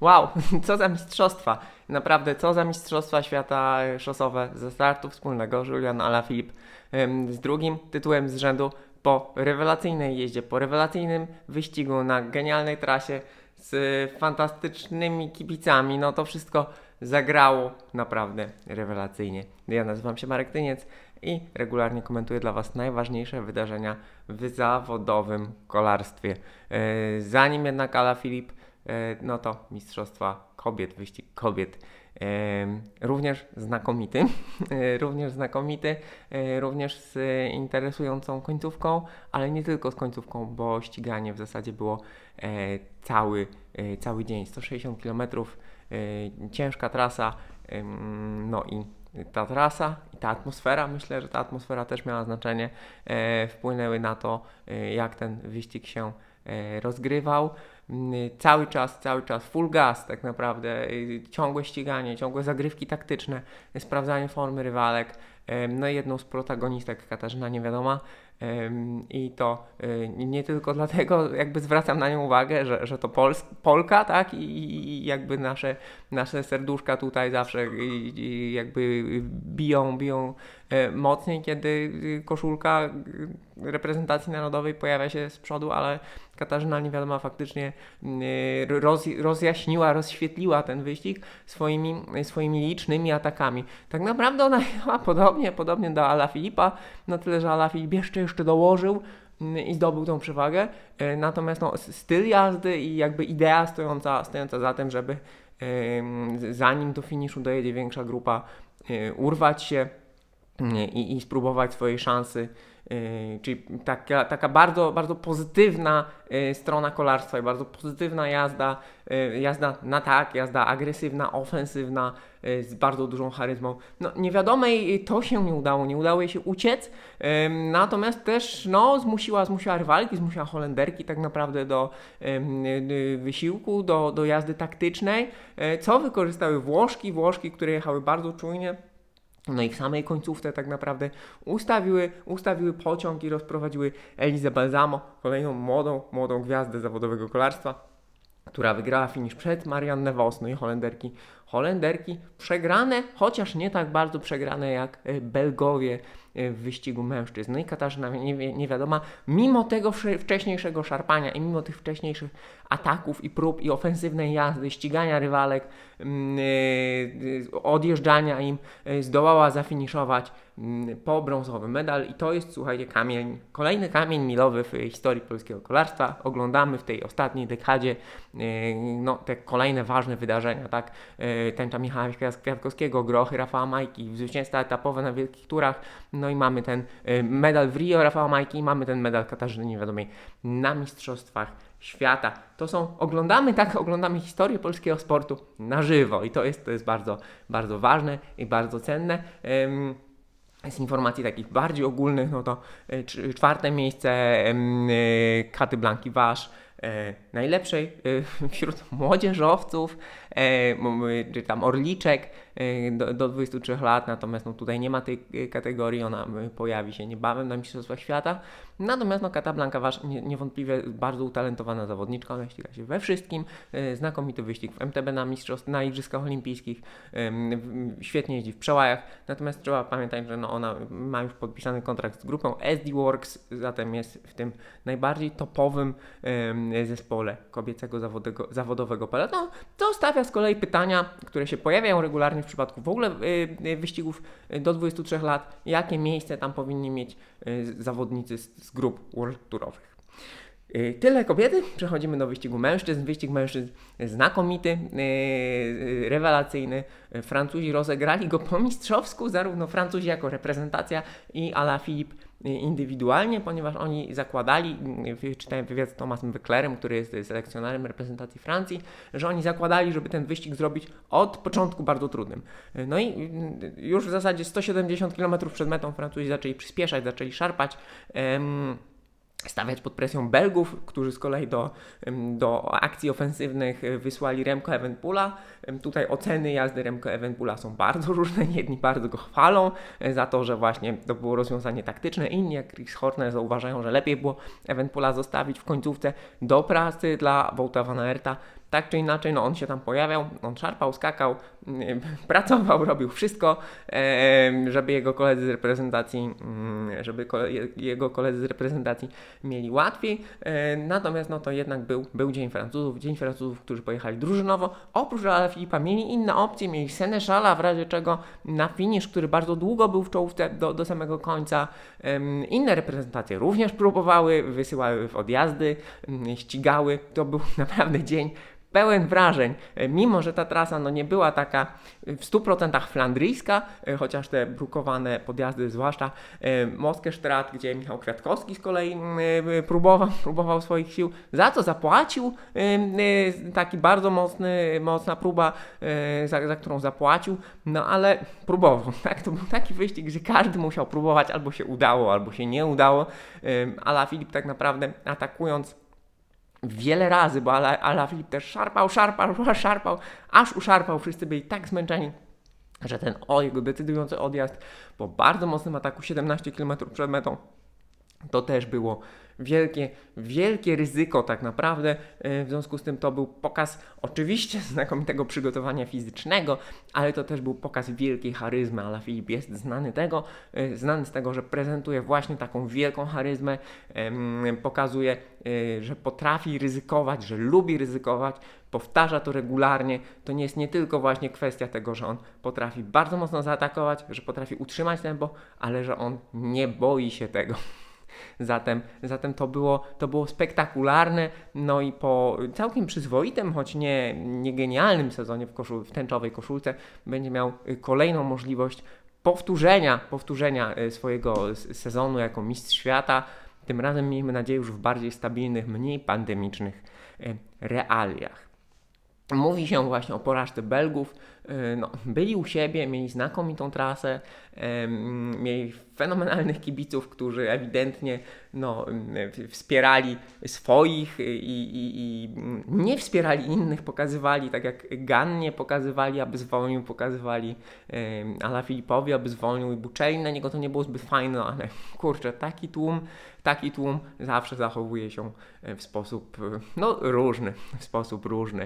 Wow, co za mistrzostwa. Naprawdę, co za mistrzostwa świata szosowe ze startu wspólnego. Julian Alaphilippe z drugim tytułem z rzędu po rewelacyjnej jeździe, po rewelacyjnym wyścigu na genialnej trasie z fantastycznymi kibicami. No to wszystko zagrało naprawdę rewelacyjnie. Ja nazywam się Marek Tyniec i regularnie komentuję dla Was najważniejsze wydarzenia w zawodowym kolarstwie. Zanim jednak Alaphilippe, no to mistrzostwa kobiet, wyścig kobiet. Również znakomity, również znakomity, również z interesującą końcówką, ale nie tylko z końcówką, bo ściganie w zasadzie było cały dzień, 160 km, ciężka trasa, no i ta trasa i ta atmosfera, myślę, że ta atmosfera też miała znaczenie, wpłynęły na to, jak ten wyścig się rozgrywał. Cały czas full gas tak naprawdę, ciągłe ściganie, ciągłe zagrywki taktyczne, sprawdzanie formy rywalek, no i jedną z protagonistek Katarzyna Niewiadoma, i to nie tylko dlatego jakby zwracam na nią uwagę, że to Polka, tak, i jakby nasze serduszka tutaj zawsze jakby biją mocniej, kiedy koszulka reprezentacji narodowej pojawia się z przodu, ale Katarzyna Niewiadoma faktycznie rozjaśniła, rozświetliła ten wyścig swoimi licznymi atakami. Tak naprawdę ona jechała podobnie do Alaphilippe'a, na tyle, że Alaphilippe jeszcze dołożył i zdobył tą przewagę. Natomiast styl jazdy i jakby idea stojąca za tym, żeby zanim do finiszu dojedzie większa grupa, urwać się i spróbować swojej szansy. Czyli taka bardzo, bardzo pozytywna strona kolarstwa i bardzo pozytywna jazda na tak, jazda agresywna, ofensywna, z bardzo dużą charyzmą. No Niewiadomej to się nie udało jej się uciec, natomiast też zmusiła rywalki, zmusiła Holenderki tak naprawdę do wysiłku, do jazdy taktycznej, co wykorzystały Włoszki, które jechały bardzo czujnie. No i w samej końcówce tak naprawdę ustawiły pociąg i rozprowadziły Elizę Balsamo, kolejną młodą gwiazdę zawodowego kolarstwa, która wygrała finisz przed Marianne Vos. No i Holenderki przegrane, chociaż nie tak bardzo przegrane jak Belgowie w wyścigu mężczyzn. No i Katarzyna Niewiadoma, mimo tego wcześniejszego szarpania i mimo tych wcześniejszych ataków i prób i ofensywnej jazdy, ścigania rywalek, odjeżdżania im, zdołała zafiniszować po brązowy medal i to jest, słuchajcie, kolejny kamień milowy w historii polskiego kolarstwa. Oglądamy w tej ostatniej dekadzie te kolejne ważne wydarzenia, tak? Tęcza Michała Kwiatkowskiego, grochy Rafała Majki, zwycięstwa etapowe na wielkich turach, no i mamy ten medal w Rio Rafała Majki i mamy ten medal Katarzyny Niewiadomej na Mistrzostwach Świata. Oglądamy historię polskiego sportu na żywo i to jest bardzo, bardzo ważne i bardzo cenne. Z informacji takich bardziej ogólnych, no to 4. miejsce Katy Blanki Wasz, najlepszej wśród młodzieżowców, czy tam orliczek do 23 lat, natomiast tutaj nie ma tej kategorii, ona pojawi się niebawem na Mistrzostwach Świata. Natomiast Kata Blanka Wasz niewątpliwie bardzo utalentowana zawodniczka, ona ściga się we wszystkim, znakomity wyścig w MTB na Igrzyskach Olimpijskich, świetnie jeździ w przełajach, natomiast trzeba pamiętać, że ona ma już podpisany kontrakt z grupą SD Works, zatem jest w tym najbardziej topowym zespole kobiecego zawodowego peletonu. To stawia z kolei pytania, które się pojawiają regularnie w przypadku w ogóle wyścigów do 23 lat, jakie miejsce tam powinni mieć zawodnicy z grup World Tourowych. Tyle kobiety, przechodzimy do wyścigu mężczyzn. Wyścig mężczyzn znakomity, rewelacyjny. Francuzi rozegrali go po mistrzowsku, zarówno Francuzi jako reprezentacja i Alaphilippe indywidualnie, ponieważ oni zakładali, czytałem wywiad z Thomasem Wecklerem, który jest selekcjonerem reprezentacji Francji, że oni zakładali, żeby ten wyścig zrobić od początku bardzo trudnym. No i już w zasadzie 170 km przed metą Francuzi zaczęli przyspieszać, zaczęli szarpać. stawiać pod presją Belgów, którzy z kolei do akcji ofensywnych wysłali Remco Evenepoela. Tutaj oceny jazdy Remco Evenepoela są bardzo różne, jedni bardzo go chwalą za to, że właśnie to było rozwiązanie taktyczne, inni jak Chris Horner zauważają, że lepiej było Evenepoela zostawić w końcówce do pracy dla Wouta van Aerta. Tak czy inaczej, no on się tam pojawiał, on szarpał, skakał, pracował, robił wszystko, żeby jego koledzy z reprezentacji mieli łatwiej. Natomiast no to jednak był Dzień Francuzów, którzy pojechali drużynowo. Oprócz Alaphilippa mieli inne opcje, mieli Senechala, w razie czego na finisz, który bardzo długo był w czołówce do samego końca. Inne reprezentacje również próbowały, wysyłały w odjazdy, ścigały. To był naprawdę dzień pełen wrażeń, mimo że ta trasa nie była taka w 100% flandryjska, chociaż te brukowane podjazdy, zwłaszcza Moskesztrat, gdzie Michał Kwiatkowski z kolei próbował swoich sił, za co zapłacił, taki bardzo mocna próba, za którą zapłacił, no ale próbował, tak? To był taki wyścig, że każdy musiał próbować, albo się udało, albo się nie udało. Alaphilippe tak naprawdę atakując wiele razy, bo Alaphilippe też szarpał, aż uszarpał. Wszyscy byli tak zmęczeni, że ten jego decydujący odjazd po bardzo mocnym ataku 17 km przed metą, to też było wielkie ryzyko tak naprawdę. W związku z tym to był pokaz oczywiście znakomitego przygotowania fizycznego, ale to też był pokaz wielkiej charyzmy. Alaphilippe jest znany z tego, że prezentuje właśnie taką wielką charyzmę, pokazuje, że potrafi ryzykować, że lubi ryzykować, powtarza to regularnie. To nie jest nie tylko właśnie kwestia tego, że on potrafi bardzo mocno zaatakować, że potrafi utrzymać tempo, ale że on nie boi się tego. Zatem to było spektakularne, no i po całkiem przyzwoitym, choć nie genialnym sezonie w tęczowej koszulce będzie miał kolejną możliwość powtórzenia swojego sezonu jako mistrz świata. Tym razem miejmy nadzieję już w bardziej stabilnych, mniej pandemicznych realiach. Mówi się właśnie o porażce Belgów. Byli u siebie, mieli znakomitą trasę, mieli fenomenalnych kibiców, którzy ewidentnie wspierali swoich i nie wspierali innych, pokazywali, tak jak Gannie pokazywali, aby zwolnił, pokazywali Alaphilippowi, aby zwolnił i buczeli na niego. To nie było zbyt fajne, ale kurczę, taki tłum zawsze zachowuje się w sposób różny.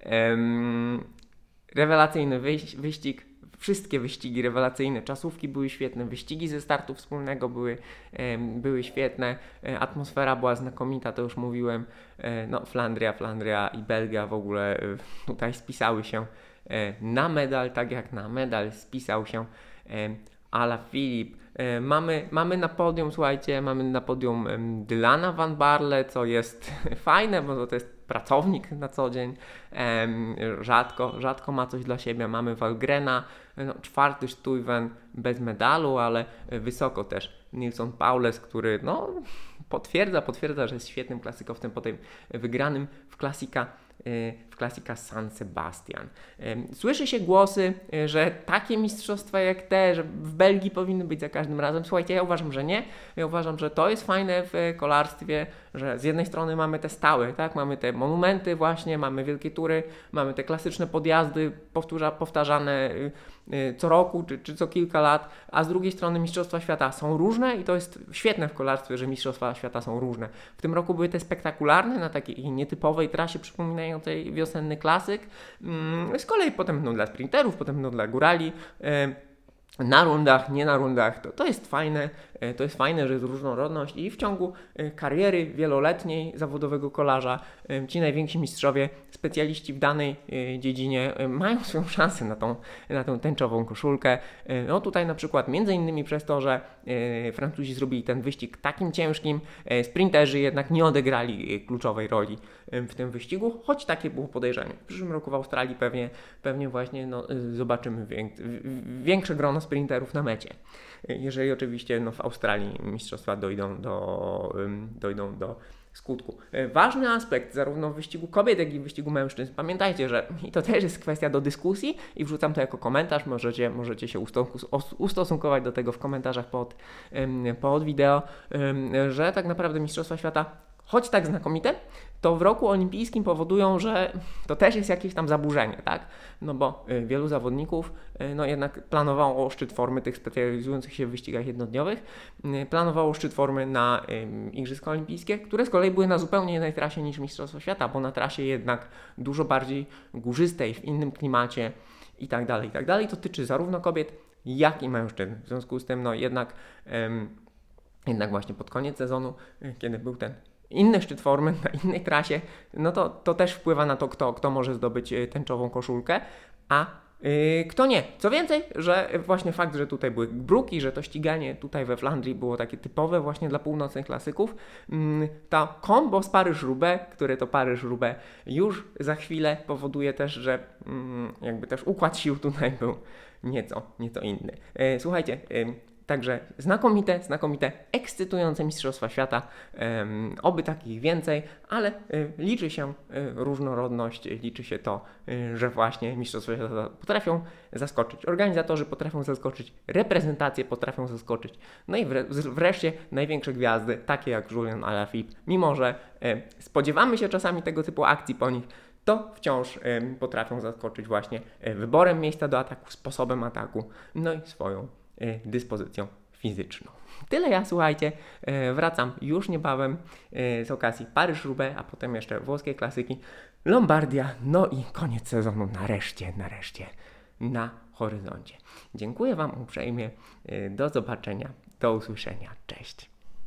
Rewelacyjny wyścig, wszystkie wyścigi rewelacyjne, czasówki były świetne, wyścigi ze startu wspólnego były świetne, atmosfera była znakomita, to już mówiłem. Flandria i Belgia w ogóle tutaj spisały się na medal, tak jak na medal spisał się Alaphilippe. Mamy na podium, słuchajcie, Dylana Van Baarle, co jest fajne, bo to jest pracownik na co dzień, rzadko ma coś dla siebie. Mamy Valgrena, 4. Stuyven bez medalu, ale wysoko też Nilsson Paules, który potwierdza, że jest świetnym klasykowcem po tym wygranym w Klasika San Sebastian. Słyszy się głosy, że takie mistrzostwa jak te, że w Belgii powinny być za każdym razem. Słuchajcie, ja uważam, że nie. Ja uważam, że to jest fajne w kolarstwie, że z jednej strony mamy te stałe, tak? Mamy te monumenty właśnie, mamy wielkie tury, mamy te klasyczne podjazdy powtarzane co roku czy co kilka lat, a z drugiej strony mistrzostwa świata są różne i to jest świetne w kolarstwie, że mistrzostwa świata są różne. W tym roku były te spektakularne, na takiej nietypowej trasie przypominającej wiosenny klasyk. Z kolei potem będą dla sprinterów, potem będą dla górali. Na rundach, nie na rundach, to jest fajne. To jest fajne, że jest różnorodność i w ciągu kariery wieloletniej zawodowego kolarza ci najwięksi mistrzowie, specjaliści w danej dziedzinie mają swoją szansę na tą tęczową koszulkę. Tutaj na przykład między innymi przez to, że Francuzi zrobili ten wyścig takim ciężkim, sprinterzy jednak nie odegrali kluczowej roli w tym wyścigu, choć takie było podejrzenie. W przyszłym roku w Australii pewnie właśnie zobaczymy większe grono sprinterów na mecie. Jeżeli oczywiście w Australii mistrzostwa dojdą do skutku. Ważny aspekt zarówno w wyścigu kobiet, jak i w wyścigu mężczyzn. Pamiętajcie, że i to też jest kwestia do dyskusji i wrzucam to jako komentarz, możecie się ustosunkować do tego w komentarzach pod wideo, że tak naprawdę Mistrzostwa Świata, choć tak znakomite, to w roku olimpijskim powodują, że to też jest jakieś tam zaburzenie, tak? No bo wielu zawodników no jednak planowało szczyt formy tych specjalizujących się w wyścigach jednodniowych, planowało szczyt formy na Igrzyska Olimpijskie, które z kolei były na zupełnie innej trasie niż Mistrzostwa Świata, bo na trasie jednak dużo bardziej górzystej, w innym klimacie i tak dalej, i tak dalej. To dotyczy zarówno kobiet, jak i mężczyzn. W związku z tym no jednak właśnie pod koniec sezonu, kiedy był ten inny szczyt formy na innej trasie, no to też wpływa na to, kto może zdobyć tęczową koszulkę, a kto nie. Co więcej, że właśnie fakt, że tutaj były bruki, że to ściganie tutaj we Flandrii było takie typowe właśnie dla północnych klasyków, ta kombo z Paryż-Roubaix, które to Paryż-Roubaix już za chwilę powoduje też, że jakby też układ sił tutaj był nieco inny. Słuchajcie, także znakomite, ekscytujące Mistrzostwa Świata, oby takich więcej, ale liczy się różnorodność, liczy się to, że właśnie Mistrzostwa Świata potrafią zaskoczyć, organizatorzy potrafią zaskoczyć, reprezentacje potrafią zaskoczyć, no i wreszcie największe gwiazdy, takie jak Julian Alaphilippe, mimo że spodziewamy się czasami tego typu akcji po nich, to wciąż potrafią zaskoczyć właśnie wyborem miejsca do ataku, sposobem ataku, no i swoją dyspozycją fizyczną. Tyle ja, słuchajcie, wracam już niebawem z okazji Paryż-Roubaix, a potem jeszcze włoskie klasyki, Lombardia, no i koniec sezonu nareszcie na horyzoncie. Dziękuję Wam uprzejmie, do zobaczenia, do usłyszenia, cześć.